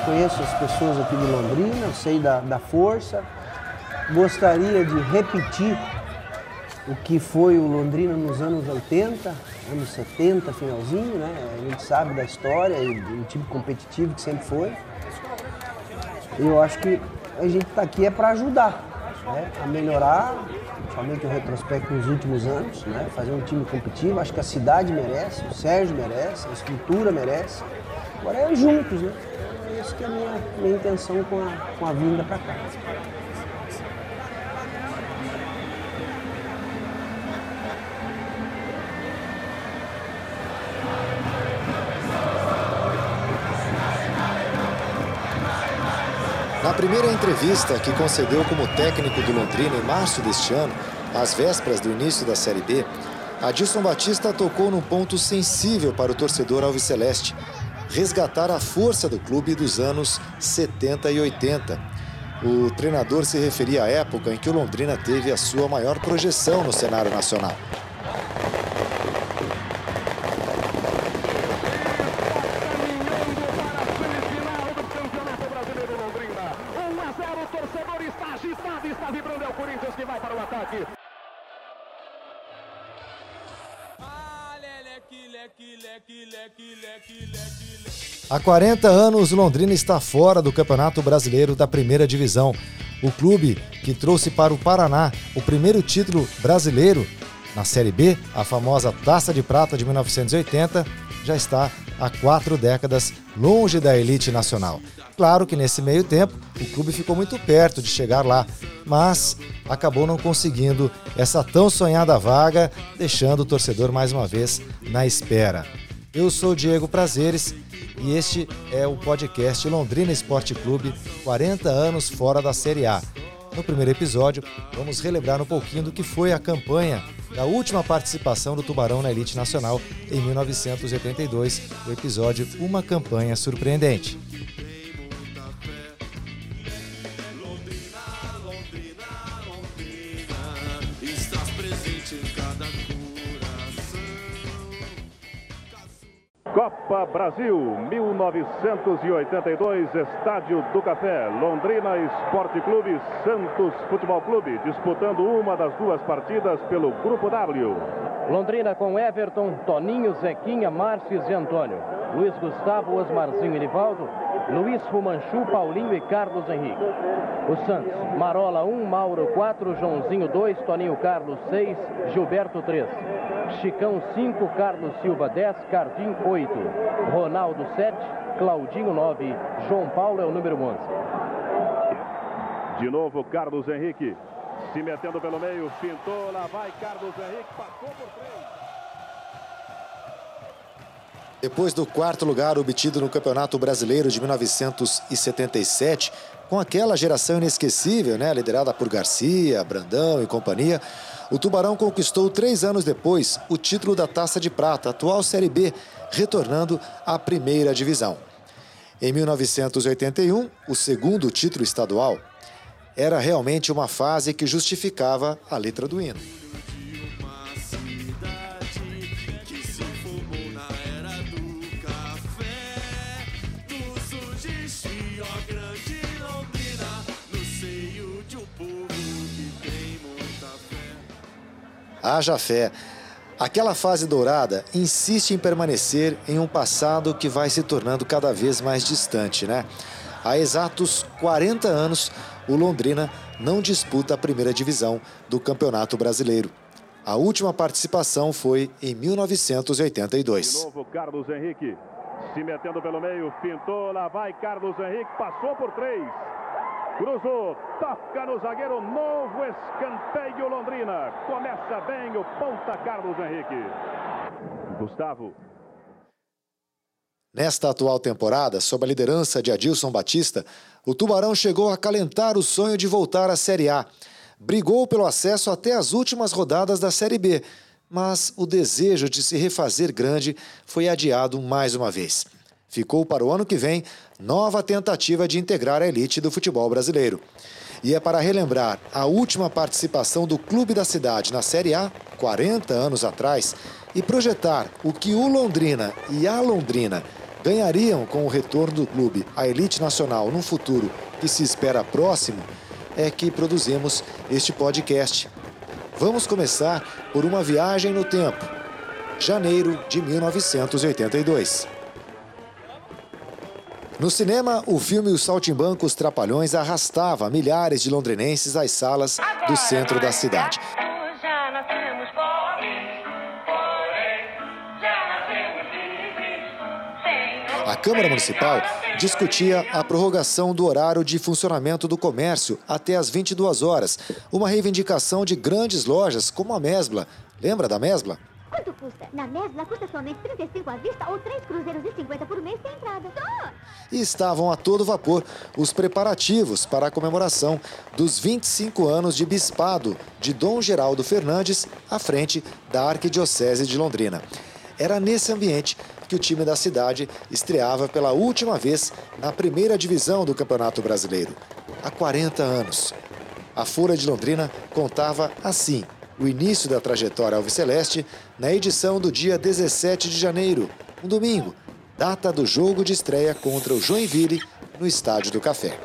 conheço as pessoas aqui de Londrina, sei da força. Gostaria de repetir o que foi o Londrina nos anos 80, anos 70, finalzinho, né? A gente sabe da história e do time competitivo que sempre foi. Eu acho que a gente está aqui para ajudar, né? A melhorar, principalmente o retrospecto nos últimos anos, né? Fazer um time competitivo. Acho que a cidade merece, o Sérgio merece, a estrutura merece. Agora é juntos, né? É isso que é a minha intenção com a vinda para cá. Na primeira entrevista que concedeu como técnico do Londrina em março deste ano, às vésperas do início da Série B, Adilson Batista tocou num ponto sensível para o torcedor alviceleste: resgatar a força do clube dos anos 70 e 80. O treinador se referia à época em que o Londrina teve a sua maior projeção no cenário nacional. Há 40 anos, o Londrina está fora do Campeonato Brasileiro da Primeira Divisão. O clube que trouxe para o Paraná o primeiro título brasileiro na Série B, a famosa Taça de Prata de 1980, já está há 4 décadas longe da elite nacional. Claro que nesse meio tempo o clube ficou muito perto de chegar lá, mas acabou não conseguindo essa tão sonhada vaga, deixando o torcedor mais uma vez na espera. Eu sou o Diego Prazeres e este é o podcast Londrina Esporte Clube, 40 anos fora da Série A. No primeiro episódio, vamos relembrar um pouquinho do que foi a campanha da última participação do Tubarão na elite nacional em 1982, o episódio Uma Campanha Surpreendente. Copa Brasil, 1982, Estádio do Café, Londrina Esporte Clube, Santos Futebol Clube, disputando uma das duas partidas pelo Grupo W. Londrina com Everton, Toninho, Zequinha, Márcio e Antônio, Luiz Gustavo, Osmarzinho e Nivaldo, Luiz Fumanchu, Paulinho e Carlos Henrique. O Santos, Marola 1, Mauro 4, Joãozinho 2, Toninho Carlos 6, Gilberto 3. Chicão 5, Carlos Silva 10, Cardim 8, Ronaldo 7, Claudinho 9, João Paulo é o número 11. De novo Carlos Henrique, se metendo pelo meio, pintou, lá vai Carlos Henrique, passou por 3. Depois do 4º lugar obtido no Campeonato Brasileiro de 1977, com aquela geração inesquecível, né, liderada por Garcia, Brandão e companhia, o Tubarão conquistou 3 anos depois o título da Taça de Prata, atual Série B, retornando à primeira divisão. Em 1981, o segundo título estadual, era realmente uma fase que justificava a letra do hino. Haja fé. Aquela fase dourada insiste em permanecer em um passado que vai se tornando cada vez mais distante, né? Há exatos 40 anos, o Londrina não disputa a primeira divisão do Campeonato Brasileiro. A última participação foi em 1982. De novo Carlos Henrique, se metendo pelo meio, pintou, lá vai Carlos Henrique, passou por 3. Cruzou, toca no zagueiro, novo escanteio Londrina. Começa bem o ponta Carlos Henrique. Gustavo. Nesta atual temporada, sob a liderança de Adilson Batista, o Tubarão chegou a acalentar o sonho de voltar à Série A. Brigou pelo acesso até as últimas rodadas da Série B, mas o desejo de se refazer grande foi adiado mais uma vez. Ficou para o ano que vem nova tentativa de integrar a elite do futebol brasileiro. E é para relembrar a última participação do clube da cidade na Série A, 40 anos atrás, e projetar o que o Londrina e a Londrina ganhariam com o retorno do clube à elite nacional num futuro que se espera próximo, é que produzimos este podcast. Vamos começar por uma viagem no tempo. Janeiro de 1982. No cinema, o filme Os Saltimbancos Trapalhões arrastava milhares de londrinenses às salas do centro da cidade. A Câmara Municipal discutia a prorrogação do horário de funcionamento do comércio até às 22 horas, uma reivindicação de grandes lojas como a Mesbla. Lembra da Mesbla? Quanto custa? Na Mesbla custa somente 35 à vista ou 3 cruzeiros e 50 por mês sem entrada. E estavam a todo vapor os preparativos para a comemoração dos 25 anos de bispado de Dom Geraldo Fernandes à frente da Arquidiocese de Londrina. Era nesse ambiente que o time da cidade estreava pela última vez na primeira divisão do Campeonato Brasileiro, há 40 anos. A Folha de Londrina contava assim o início da trajetória alviceleste na edição do dia 17 de janeiro, um domingo, data do jogo de estreia contra o Joinville no Estádio do Café.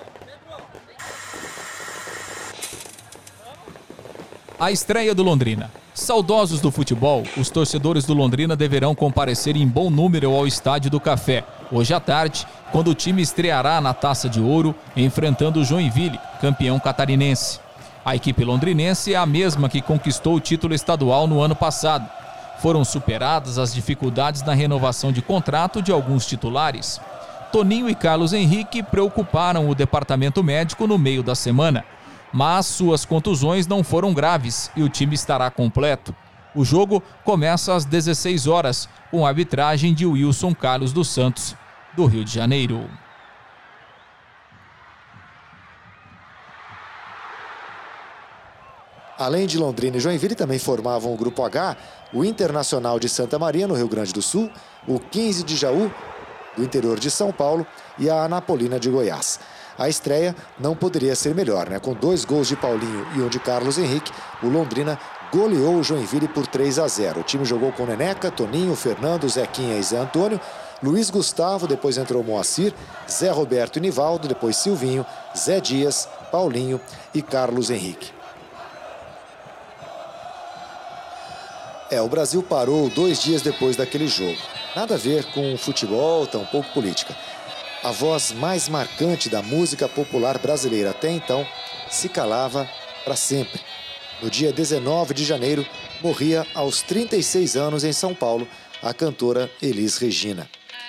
A estreia do Londrina. Saudosos do futebol, os torcedores do Londrina deverão comparecer em bom número ao Estádio do Café, hoje à tarde, quando o time estreará na Taça de Ouro, enfrentando o Joinville, campeão catarinense. A equipe londrinense é a mesma que conquistou o título estadual no ano passado. Foram superadas as dificuldades na renovação de contrato de alguns titulares. Toninho e Carlos Henrique preocuparam o departamento médico no meio da semana. Mas suas contusões não foram graves e o time estará completo. O jogo começa às 16 horas, com a arbitragem de Wilson Carlos dos Santos, do Rio de Janeiro. Além de Londrina e Joinville, também formavam o Grupo H, o Internacional de Santa Maria, no Rio Grande do Sul, o 15 de Jaú, do interior de São Paulo, e a Anapolina de Goiás. A estreia não poderia ser melhor, né? Com 2 gols de Paulinho e um de Carlos Henrique, o Londrina goleou o Joinville por 3-0. O time jogou com Neneca, Toninho, Fernando, Zequinha e Zé Antônio, Luiz Gustavo, depois entrou Moacir, Zé Roberto e Nivaldo, depois Silvinho, Zé Dias, Paulinho e Carlos Henrique. O Brasil parou 2 dias depois daquele jogo. Nada a ver com futebol, tampouco política. A voz mais marcante da música popular brasileira até então se calava para sempre. No dia 19 de janeiro, morria aos 36 anos em São Paulo a cantora Elis Regina.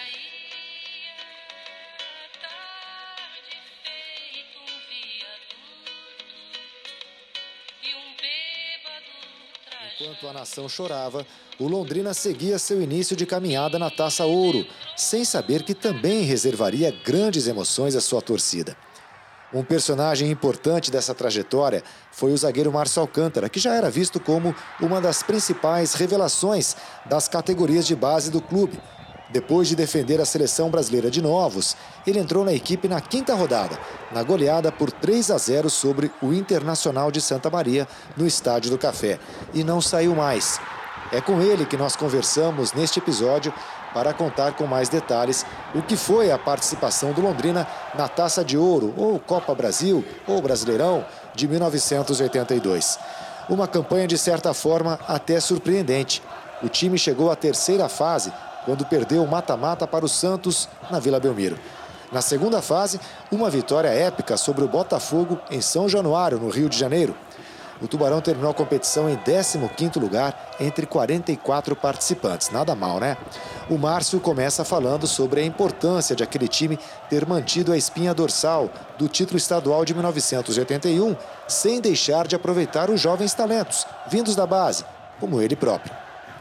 Enquanto a nação chorava, o Londrina seguia seu início de caminhada na Taça Ouro, sem saber que também reservaria grandes emoções à sua torcida. Um personagem importante dessa trajetória foi o zagueiro Márcio Alcântara, que já era visto como uma das principais revelações das categorias de base do clube. Depois de defender a seleção brasileira de novos, ele entrou na equipe na 5ª rodada, na goleada por 3-0 sobre o Internacional de Santa Maria, no Estádio do Café, e não saiu mais. É com ele que nós conversamos neste episódio para contar com mais detalhes o que foi a participação do Londrina na Taça de Ouro, ou Copa Brasil, ou Brasileirão, de 1982. Uma campanha de certa forma até surpreendente. O time chegou à 3ª fase, quando perdeu o mata-mata para o Santos na Vila Belmiro. Na 2ª fase, uma vitória épica sobre o Botafogo em São Januário, no Rio de Janeiro. O Tubarão terminou a competição em 15º lugar entre 44 participantes. Nada mal, né? O Márcio começa falando sobre a importância de aquele time ter mantido a espinha dorsal do título estadual de 1981, sem deixar de aproveitar os jovens talentos, vindos da base, como ele próprio.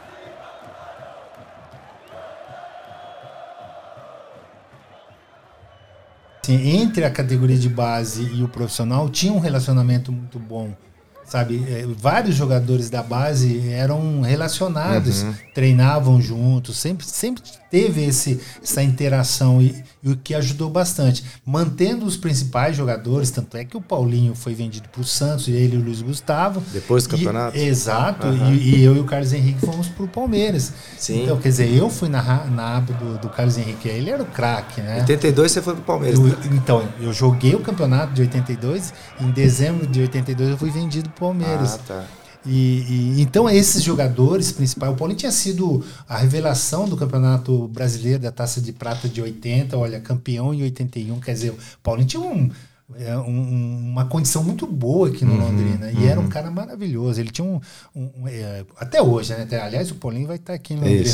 Entre a categoria de base e o profissional tinha um relacionamento muito bom, sabe? Vários jogadores da base eram relacionados, treinavam juntos, sempre teve essa interação e o que ajudou bastante. Mantendo os principais jogadores, tanto é que o Paulinho foi vendido para o Santos, e ele e o Luiz Gustavo. Depois do campeonato? Exato, e eu e o Carlos Henrique fomos para o Palmeiras. Sim. Então, quer dizer, eu fui na aba do Carlos Henrique, ele era o craque, né? Em 82 você foi para o Palmeiras. Então, eu joguei o campeonato de 82, em dezembro de 82 eu fui vendido para o Palmeiras. Tá. Então esses jogadores principais, o Paulinho tinha sido a revelação do Campeonato Brasileiro da Taça de Prata de 80, olha, campeão em 81, quer dizer, o Paulinho tinha uma condição muito boa aqui no Londrina, e era um cara maravilhoso, ele tinha até hoje, né? Aliás, o Paulinho vai estar aqui em Londrina.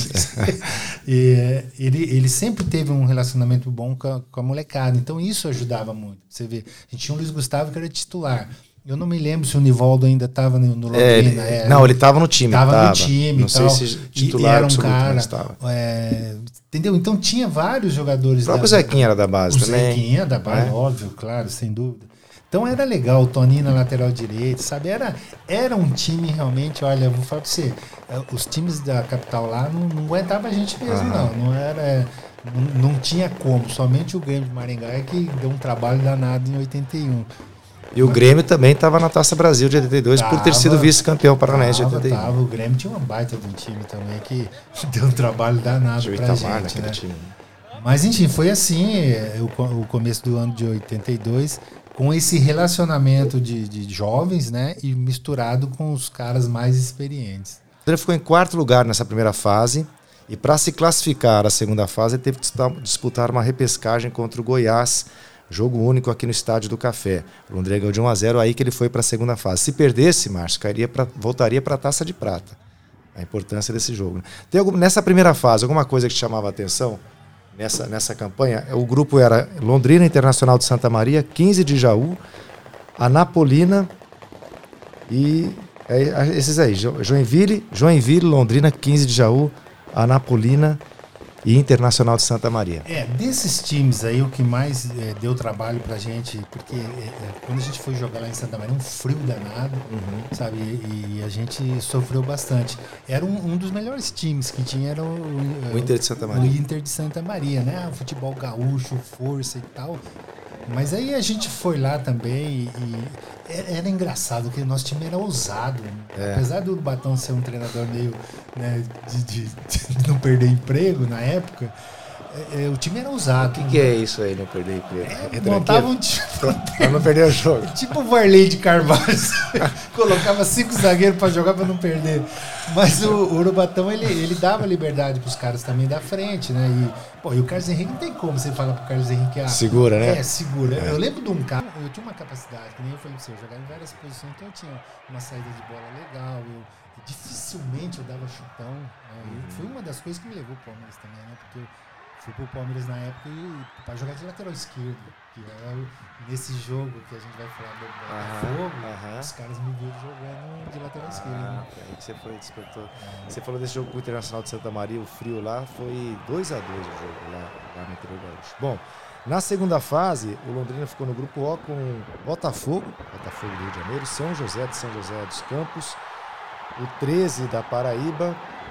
Ele sempre teve um relacionamento bom com a molecada, então isso ajudava muito. Você vê, a gente tinha o Luiz Gustavo que era titular. Eu não me lembro se o Nivaldo ainda estava no Londrina. Não, ele estava no time. Estava no time. Não sei se titular era um absoluto, cara. estava. Entendeu? Então tinha vários jogadores. O próprio Zequinha era da base também. O Zequinha da base, óbvio, claro, sem dúvida. Então era legal, o Toninho na lateral direita, sabe? Era um time realmente, olha, eu vou falar para você, os times da capital lá não aguentavam a gente mesmo, não era... Não tinha como, somente o Grêmio de Maringá é que deu um trabalho danado em 81. E o Grêmio também estava na Taça Brasil de 82 por ter sido vice-campeão paranaense de 81. O Grêmio tinha uma baita de um time também que deu um trabalho danado pra gente, né? Time. Mas enfim, foi assim o começo do ano de 82, com esse relacionamento de jovens, né? E misturado com os caras mais experientes. Ele ficou em 4º lugar nessa primeira fase e para se classificar à segunda fase ele teve que disputar uma repescagem contra o Goiás. Jogo único aqui no Estádio do Café. O Londrina ganhou de 1-0, aí que ele foi para a segunda fase. Se perdesse, Márcio, voltaria para a Taça de Prata. A importância desse jogo. Tem nessa primeira fase, alguma coisa que te chamava a atenção nessa campanha? O grupo era Londrina, Internacional de Santa Maria, 15 de Jaú, Anapolina e esses aí. Joinville, Londrina, 15 de Jaú, Anapolina e Internacional de Santa Maria. Desses times aí, o que mais deu trabalho pra gente, porque quando a gente foi jogar lá em Santa Maria, um frio danado, sabe? E a gente sofreu bastante. Era um dos melhores times que tinha, era o Inter de Santa Maria. O Inter de Santa Maria, né? O futebol gaúcho, força e tal. Mas aí a gente foi lá também e era engraçado, porque o nosso time era ousado. Apesar do Batão ser um treinador meio, né, de não perder emprego na época, o time era ousado. O que é isso aí, não perder emprego? Montava um time para não perder o jogo. Tipo o Varley de Carvalho. Colocava 5 zagueiros para jogar para não perder. Mas o Urubatão, ele dava liberdade para os caras também da frente, né? E o Carlos Henrique não tem como você falar pro Carlos Henrique... segura, né? Segura. Eu lembro de um cara, eu tinha uma capacidade, que nem eu falei pra você, eu jogava em várias posições, então eu tinha uma saída de bola legal, dificilmente eu dava chutão. Né? Foi uma das coisas que me levou pro Palmeiras também, né? Porque eu fui pro Palmeiras na época para jogar de lateral esquerdo, que era nesse jogo que a gente vai falar do Botafogo, os caras me viram jogando de lateral esquerdo. Aí que você despertou. Você falou desse jogo com o Internacional de Santa Maria, o frio lá, foi 2-2 o jogo lá no interior gaúcho. Bom, na segunda fase, o Londrina ficou no grupo O com Botafogo do Rio de Janeiro, São José dos Campos, o 13 da Paraíba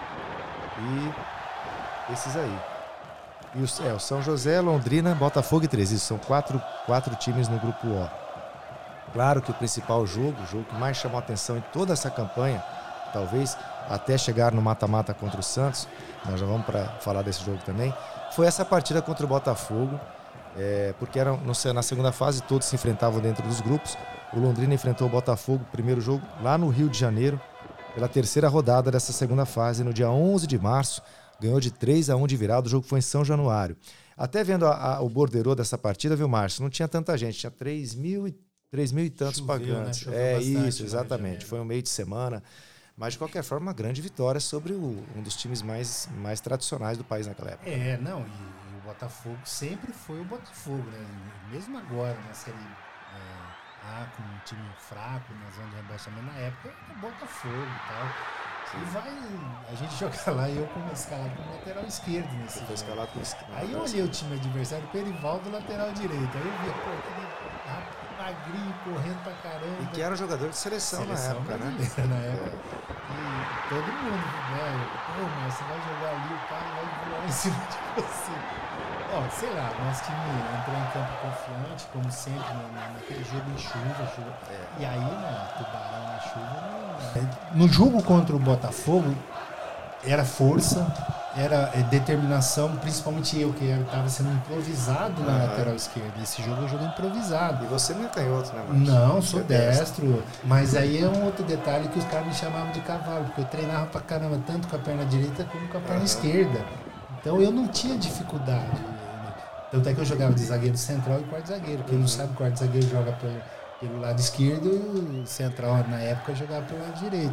e esses aí. E o São José, Londrina, Botafogo e 13. Isso são quatro times no grupo O. Claro que o principal jogo, o jogo que mais chamou a atenção em toda essa campanha, talvez até chegar no mata-mata contra o Santos, nós já vamos para falar desse jogo também, foi essa partida contra o Botafogo, porque na segunda fase todos se enfrentavam dentro dos grupos. O Londrina enfrentou o Botafogo, primeiro jogo lá no Rio de Janeiro, pela terceira rodada dessa segunda fase, no dia 11 de março, ganhou de 3-1 de virada, o jogo foi em São Januário. Até vendo o borderô dessa partida, viu, Márcio? Não tinha tanta gente, tinha 3 mil e tantos pagantes. Né? Isso, exatamente. Foi um meio de semana. Mas, de qualquer forma, uma grande vitória sobre um dos times mais tradicionais do país naquela época. E o Botafogo sempre foi o Botafogo, né? Mesmo agora, na Série A, com um time fraco, na zona de rebaixamento, na época, o Botafogo e tal. E a gente jogar lá e eu escalado como lateral esquerdo nesse jogo. Escalado com esquerdo. Aí eu olhei o time adversário, Perivaldo, lateral direito. Aí eu vi, aquele magrinho correndo pra caramba. E que era um jogador de seleção na época, né? Na época. todo mundo, né? Pô, mas você vai jogar ali, o cara vai voar em cima de você. Ó, sei lá, nosso time entrou em campo confiante, como sempre, naquele jogo em chuva. E aí, né, Tubarão na chuva. No jogo contra o Botafogo, era força, era determinação, principalmente eu, que estava sendo improvisado na lateral esquerda. Esse jogo é um jogo improvisado. E você não é canhoto, né, Marcos? Não, sou destro. Mas aí é um outro detalhe que os caras me chamavam de cavalo, porque eu treinava pra caramba, tanto com a perna direita como com a perna esquerda. Então eu não tinha dificuldade. Tanto é que eu jogava de zagueiro central e quarto zagueiro. Quem não sabe, o quarto zagueiro joga pelo lado esquerdo e o central, na época, jogava pelo lado direito.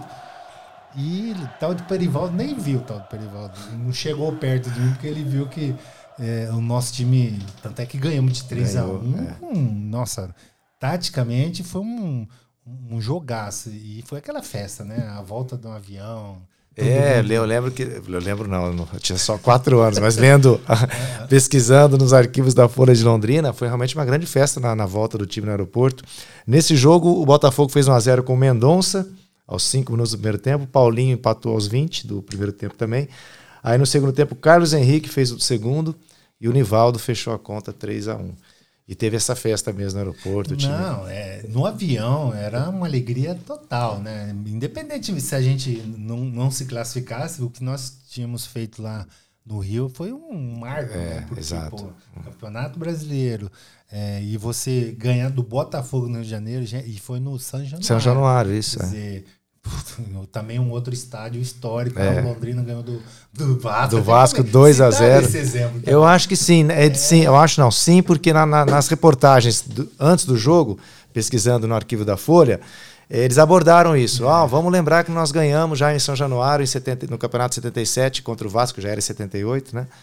E o tal de Perivaldo, nem viu o tal de Perivaldo. Não chegou perto de mim, porque ele viu que o nosso time, tanto é que ganhamos de 3-1. Nossa, taticamente foi um jogaço. E foi aquela festa, né? A volta de um avião. Eu lembro não, eu tinha só 4 anos, mas lendo, pesquisando nos arquivos da Folha de Londrina, foi realmente uma grande festa na volta do time no aeroporto. Nesse jogo, o Botafogo fez 1-0 com o Mendonça, aos 5 minutos do primeiro tempo, Paulinho empatou aos 20 do primeiro tempo também. Aí no segundo tempo, Carlos Henrique fez o segundo e o Nivaldo fechou a conta 3-1. E teve essa festa mesmo no aeroporto. No avião era uma alegria total, né? Independente se a gente não se classificasse, o que nós tínhamos feito lá no Rio foi um marco, né? Porque, exato. Campeonato Brasileiro, e você ganhar do Botafogo no Rio de Janeiro, e foi no São Januário. São Januário, isso. Quer dizer, também um outro estádio histórico. O Londrina ganhou do Vasco. Do Vasco 2-0. Eu acho que sim. Sim, eu acho não. Sim, porque nas reportagens antes do jogo, pesquisando no arquivo da Folha, eles abordaram isso. Vamos lembrar que nós ganhamos já em São Januário, no Campeonato 77, contra o Vasco, já era em 78, né?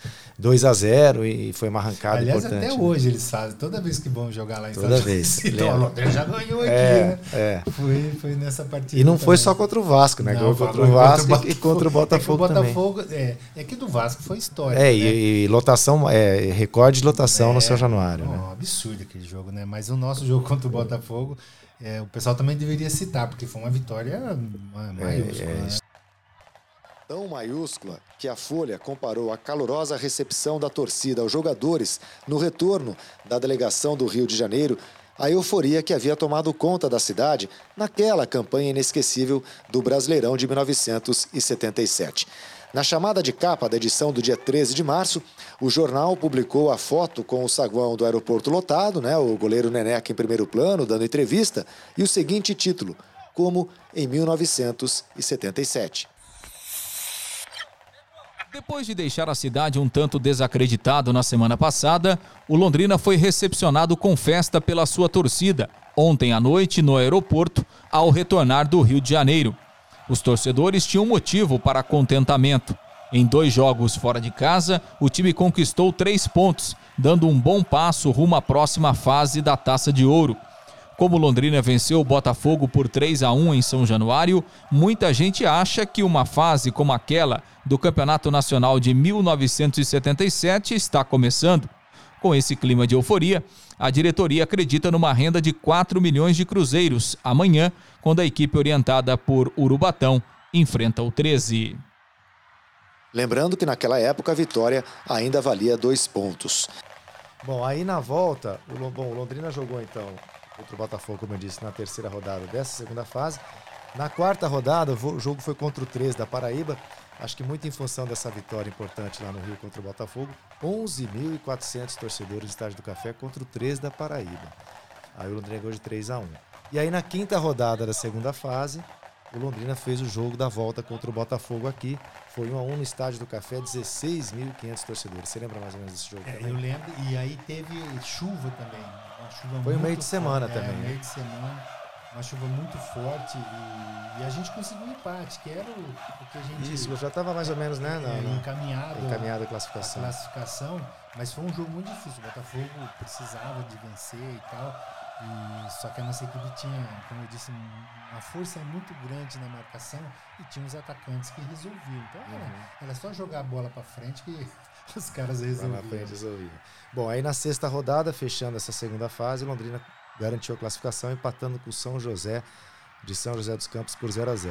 2-0 e foi uma arrancada Aliás, importante. até hoje eles fazem, toda vez que vão jogar lá em São Januário. Toda vez. Então, o Londrina já ganhou aqui, né? Foi nessa partida. E não foi só contra o Vasco, né? Ganhou contra o Vasco e contra o Botafogo também. É que do Vasco foi história. E lotação, recorde de lotação no São Januário. Né? Absurdo aquele jogo, né? Mas o nosso jogo contra o Botafogo, o pessoal também deveria citar, porque foi uma vitória maiúscula. Né? Tão maiúscula que a Folha comparou a calorosa recepção da torcida aos jogadores no retorno da delegação do Rio de Janeiro à euforia que havia tomado conta da cidade naquela campanha inesquecível do Brasileirão de 1977. Na chamada de capa da edição do dia 13 de março, o jornal publicou a foto com o saguão do aeroporto lotado, né, o goleiro Neneca em primeiro plano, dando entrevista, e o seguinte título: como em 1977. Depois de deixar a cidade um tanto desacreditado na semana passada, o Londrina foi recepcionado com festa pela sua torcida, ontem à noite no aeroporto, ao retornar do Rio de Janeiro. Os torcedores tinham motivo para contentamento. Em 2 jogos fora de casa, o time conquistou 3 pontos, dando um bom passo rumo à próxima fase da Taça de Ouro. Como o Londrina venceu o Botafogo por 3-1 em São Januário, muita gente acha que uma fase como aquela do Campeonato Nacional de 1977 está começando. Com esse clima de euforia, a diretoria acredita numa renda de 4 milhões de cruzeiros amanhã, quando a equipe orientada por Urubatão enfrenta o 13. Lembrando que naquela época a vitória ainda valia 2 pontos. Bom, aí na volta, o Londrina jogou então contra o Botafogo, como eu disse, na terceira rodada dessa segunda fase. Na quarta rodada, o jogo foi contra o 13 da Paraíba. Acho que muito em função dessa vitória importante lá no Rio contra o Botafogo. 11.400 torcedores do Estádio do Café contra o 13 da Paraíba. Aí o Londrina ganhou de 3-1. E aí na quinta rodada da segunda fase, o Londrina fez o jogo da volta contra o Botafogo aqui. Foi 1-1 no Estádio do Café, 16.500 torcedores. Você lembra mais ou menos desse jogo também? Eu lembro, e aí teve chuva também. Uma chuva foi muito meio de semana forte, também. Meio de semana, uma chuva muito forte e a gente conseguiu um empate, que era o que a gente... Isso, já estava mais ou menos, né? Encaminhado a classificação. Mas foi um jogo muito difícil. O Botafogo precisava de vencer e tal. Só que a nossa equipe tinha, como eu disse, uma força muito grande na marcação e tinha os atacantes que resolviam. Então era só jogar a bola para frente que os caras resolviam. Bom, aí na sexta rodada, fechando essa segunda fase, o Londrina garantiu a classificação, empatando com o São José, de São José dos Campos, por 0-0.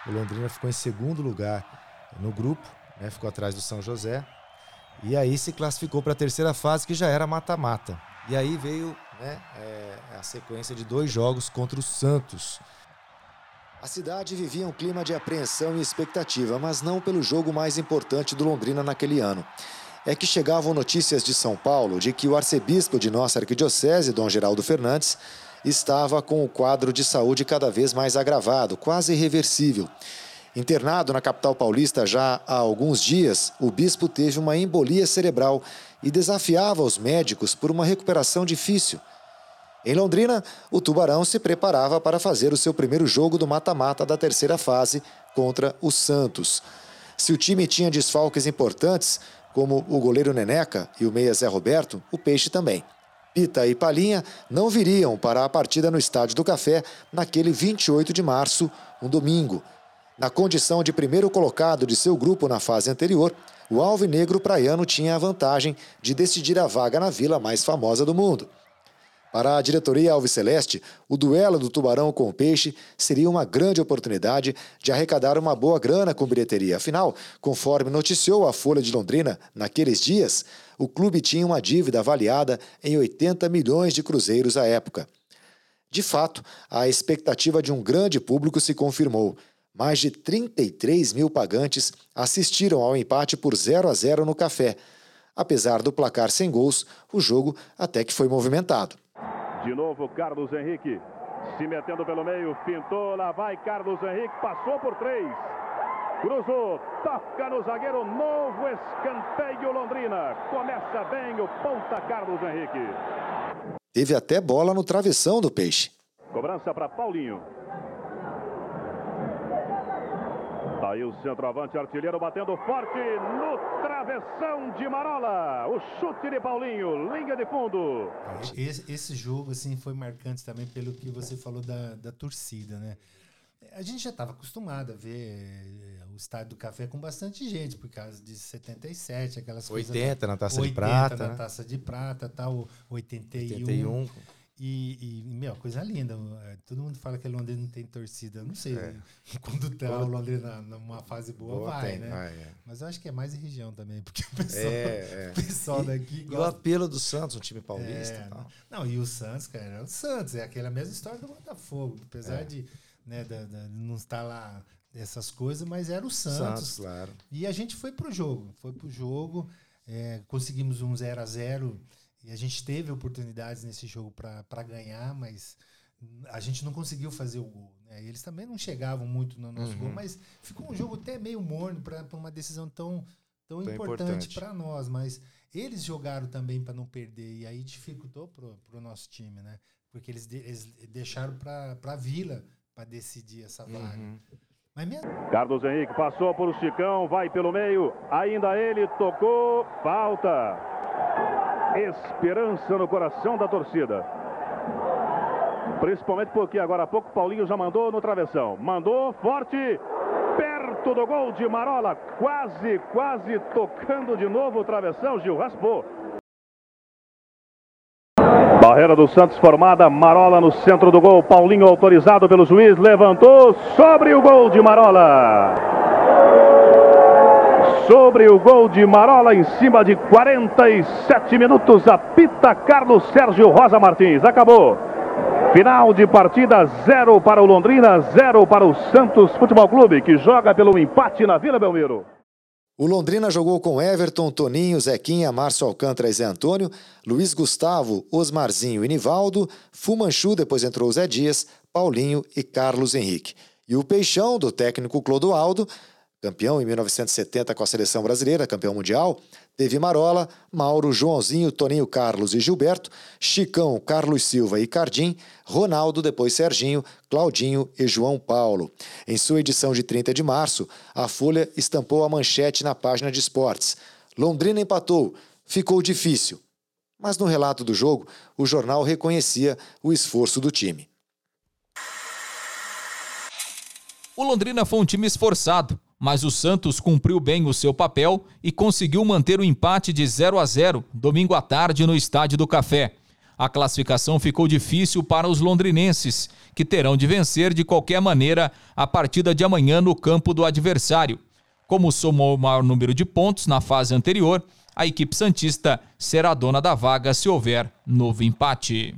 o Londrina ficou em segundo lugar no grupo, né, ficou atrás do São José, e aí se classificou para a terceira fase, que já era mata-mata. E aí veio, né, a sequência de 2 jogos contra o Santos. A cidade vivia um clima de apreensão e expectativa, mas não pelo jogo mais importante do Londrina naquele ano. É que chegavam notícias de São Paulo de que o arcebispo de nossa arquidiocese, Dom Geraldo Fernandes, estava com o quadro de saúde cada vez mais agravado, quase irreversível. Internado na capital paulista já há alguns dias, o bispo teve uma embolia cerebral e desafiava os médicos por uma recuperação difícil. Em Londrina, o Tubarão se preparava para fazer o seu primeiro jogo do mata-mata da terceira fase contra o Santos. Se o time tinha desfalques importantes, como o goleiro Neneca e o meia Zé Roberto, o Peixe também. Pita e Palinha não viriam para a partida no Estádio do Café naquele 28 de março, um domingo. Na condição de primeiro colocado de seu grupo na fase anterior, o alvinegro praiano tinha a vantagem de decidir a vaga na vila mais famosa do mundo. Para a diretoria alviceleste, o duelo do Tubarão com o Peixe seria uma grande oportunidade de arrecadar uma boa grana com bilheteria. Afinal, conforme noticiou a Folha de Londrina naqueles dias, o clube tinha uma dívida avaliada em 80 milhões de cruzeiros à época. De fato, a expectativa de um grande público se confirmou. Mais de 33 mil pagantes assistiram ao empate por 0-0 no Café. Apesar do placar sem gols, o jogo até que foi movimentado. De novo, Carlos Henrique se metendo pelo meio, pintou, lá vai Carlos Henrique, passou por 3, cruzou, toca no zagueiro, novo escanteio Londrina. Começa bem o ponta Carlos Henrique. Teve até bola no travessão do Peixe. Cobrança para Paulinho. Aí o centroavante artilheiro batendo forte no travessão de Marola. O chute de Paulinho, linha de fundo. Esse jogo assim, foi marcante também pelo que você falou da torcida, né? A gente já estava acostumado a ver o Estádio do Café com bastante gente, por causa de 77, aquelas 80 coisas... na Taça de Prata. 80 na né? Taça de Prata, tal, 81. Meu, coisa linda. Todo mundo fala que Londrina não tem torcida. Eu não sei. Quando tá o Londrina numa fase boa vai, tem, né? Mas eu acho que é mais em região também, porque o pessoal daqui gosta. E o apelo do Santos, um time paulista e tal. Não, e o Santos, cara, é o Santos. É aquela mesma história do Botafogo. Apesar de não estar lá essas coisas, mas era o Santos. Claro. E a gente foi pro jogo. Conseguimos um 0-0. E a gente teve oportunidades nesse jogo para ganhar, mas a gente não conseguiu fazer o gol. Né? Eles também não chegavam muito no nosso gol, mas ficou um jogo até meio morno para uma decisão tão importante para nós. Mas eles jogaram também para não perder, e aí dificultou pro nosso time, né? Porque eles deixaram para a Vila para decidir essa vaga. Mas Carlos Henrique passou por Chicão, vai pelo meio, ainda ele tocou, falta. Esperança no coração da torcida. Principalmente porque agora há pouco Paulinho já mandou no travessão. Mandou forte, perto do gol de Marola. Quase tocando de novo o travessão. Gil raspou. Barreira do Santos formada, Marola no centro do gol. Paulinho autorizado pelo juiz, levantou sobre o gol de Marola. Sobre o gol de Marola, em cima de 47 minutos, apita Carlos Sérgio Rosa Martins. Acabou. Final de partida, 0 para o Londrina, 0 para o Santos Futebol Clube, que joga pelo empate na Vila Belmiro. O Londrina jogou com Everton, Toninho, Zequinha, Márcio Alcântara e Zé Antônio, Luiz Gustavo, Osmarzinho e Nivaldo, Fumanchu, depois entrou Zé Dias, Paulinho e Carlos Henrique. E o Peixão, do técnico Clodoaldo, campeão em 1970 com a seleção brasileira, campeão mundial, teve Marola, Mauro, Joãozinho, Toninho Carlos e Gilberto, Chicão, Carlos Silva e Cardim, Ronaldo, depois Serginho, Claudinho e João Paulo. Em sua edição de 30 de março, a Folha estampou a manchete na página de esportes. Londrina empatou, ficou difícil. Mas no relato do jogo, o jornal reconhecia o esforço do time. O Londrina foi um time esforçado, mas o Santos cumpriu bem o seu papel e conseguiu manter o empate de 0-0 domingo à tarde no Estádio do Café. A classificação ficou difícil para os londrinenses, que terão de vencer de qualquer maneira a partida de amanhã no campo do adversário. Como somou o maior número de pontos na fase anterior, a equipe santista será dona da vaga se houver novo empate.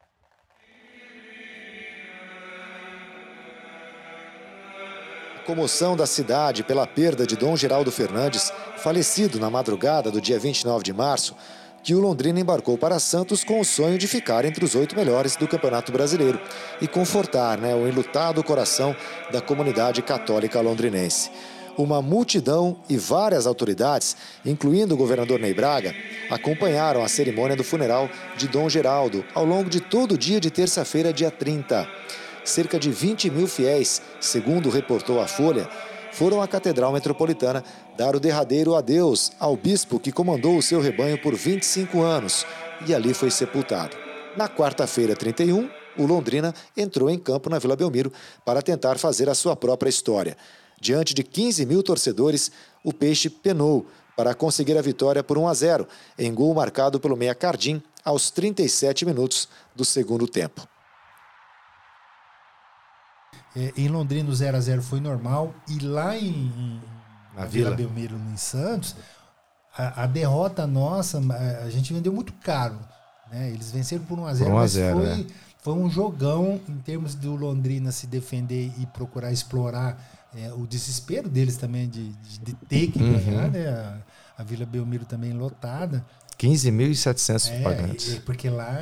Comoção da cidade pela perda de Dom Geraldo Fernandes, falecido na madrugada do dia 29 de março, que o Londrina embarcou para Santos com o sonho de ficar entre os 8 melhores do Campeonato Brasileiro e confortar o enlutado coração da comunidade católica londrinense. Uma multidão e várias autoridades, incluindo o governador Ney Braga, acompanharam a cerimônia do funeral de Dom Geraldo ao longo de todo o dia de terça-feira, dia 30. Cerca de 20 mil fiéis, segundo reportou a Folha, foram à Catedral Metropolitana dar o derradeiro adeus ao bispo que comandou o seu rebanho por 25 anos e ali foi sepultado. Na quarta-feira, 31, o Londrina entrou em campo na Vila Belmiro para tentar fazer a sua própria história. Diante de 15 mil torcedores, o Peixe penou para conseguir a vitória por 1-0, em gol marcado pelo meia Cardim aos 37 minutos do segundo tempo. Em Londrina o 0-0 foi normal e lá na Vila Belmiro, em Santos, a derrota nossa, a gente vendeu muito caro, né? Eles venceram por 1-0, mas foi um jogão em termos do Londrina se defender e procurar explorar o desespero deles também de ter que ganhar, né? A Vila Belmiro também lotada. 15.700 pagantes. Porque lá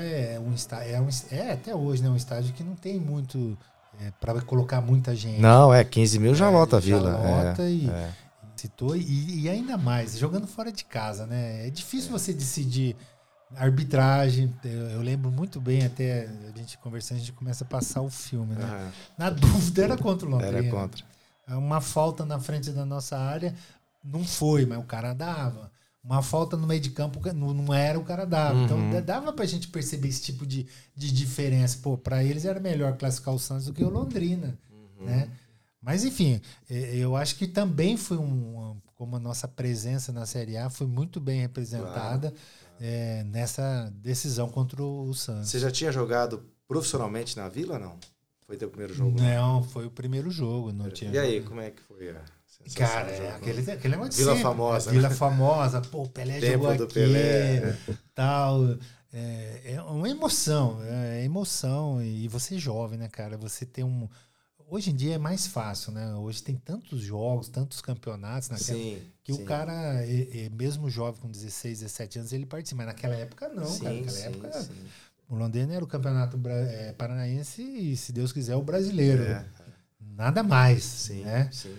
até hoje, né, um estádio que não tem muito para colocar muita gente. Não, 15 mil já lota a Vila. Lota citou, e ainda mais, jogando fora de casa, né? É difícil você decidir arbitragem. Eu lembro muito bem, até a gente conversando, a gente começa a passar o filme, né? Na dúvida, era contra o Londrina. Era contra. Uma falta na frente da nossa área, não foi, mas o cara dava. Uma falta no meio de campo, não era, o cara dava. Então dava pra gente perceber esse tipo de diferença. Pô, pra eles era melhor classificar o Santos do que o Londrina, né? Mas enfim, eu acho que também foi como a nossa presença na Série A foi muito bem representada nessa decisão contra o Santos. Você já tinha jogado profissionalmente na Vila ou não? Foi teu primeiro jogo? Não, foi o primeiro jogo. Não tinha. E aí, como é que foi a sensação? Cara, aquele negócio de Vila sempre. Famosa. Vila Famosa, pô, o Pelé Tempo jogou do aqui, Pelé. tal. É uma emoção, é emoção. E você é jovem, né, cara? Você tem Hoje em dia é mais fácil, né? Hoje tem tantos jogos, tantos campeonatos que o cara, mesmo jovem com 16, 17 anos, ele participa. Mas naquela época não, cara. Naquela época o Londrina era o campeonato paranaense e, se Deus quiser, o brasileiro. Nada mais, né? Sim.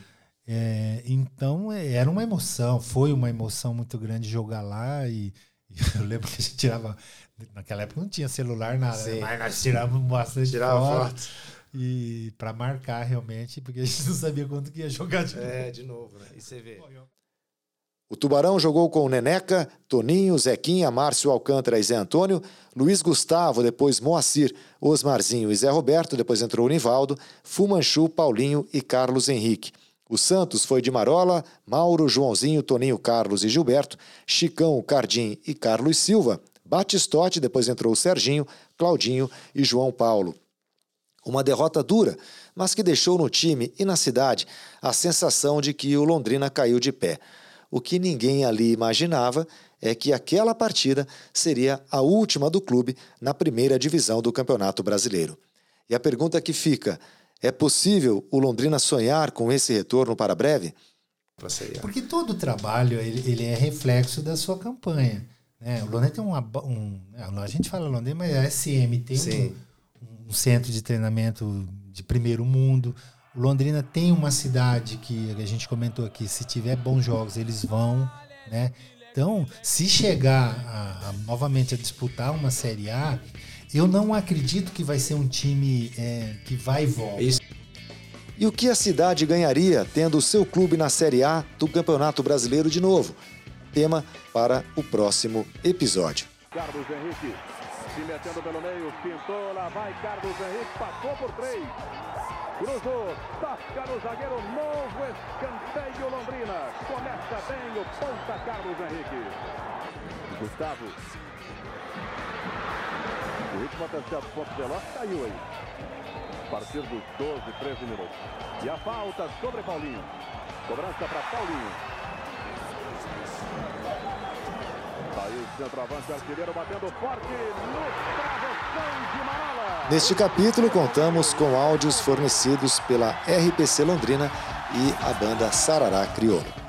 Então era uma emoção, foi uma emoção muito grande jogar lá e eu lembro que a gente tirava, naquela época não tinha celular, nada, mas nós tirávamos bastante foto e para marcar realmente, porque a gente não sabia quando que ia jogar de novo. De novo, né? E você vê. O Tubarão jogou com Neneca, Toninho, Zequinha, Márcio Alcântara e Zé Antônio, Luiz Gustavo, depois Moacir, Osmarzinho e Zé Roberto, depois entrou o Nivaldo, Fumanchu, Paulinho e Carlos Henrique. O Santos foi de Marola, Mauro, Joãozinho, Toninho, Carlos e Gilberto, Chicão, Cardim e Carlos Silva, Batistote, depois entrou o Serginho, Claudinho e João Paulo. Uma derrota dura, mas que deixou no time e na cidade a sensação de que o Londrina caiu de pé. O que ninguém ali imaginava é que aquela partida seria a última do clube na primeira divisão do Campeonato Brasileiro. E a pergunta que fica: é possível o Londrina sonhar com esse retorno para breve? Porque todo trabalho ele é reflexo da sua campanha, né? O Londrina tem a gente fala Londrina, mas a SM tem um centro de treinamento de primeiro mundo. O Londrina tem uma cidade que a gente comentou aqui, se tiver bons jogos, eles vão, né? Então, se chegar novamente a disputar uma Série A, eu não acredito que vai ser um time que vai e volta. E o que a cidade ganharia tendo o seu clube na Série A do Campeonato Brasileiro de novo? Tema para o próximo episódio. Carlos Henrique se metendo pelo meio, pintou, lá vai Carlos Henrique, passou por 3. Cruzou, toca no zagueiro, novo escanteio Londrina. Começa bem o ponta Carlos Henrique. Gustavo. O ritmo até certo ponto veloz caiu aí. A partir dos 12, 13 minutos. E a falta sobre Paulinho. Cobrança para Paulinho. Aí o centroavante artilheiro batendo forte no travessão de Marola. Neste capítulo, contamos com áudios fornecidos pela RPC Londrina e a banda Sarará Crioulo.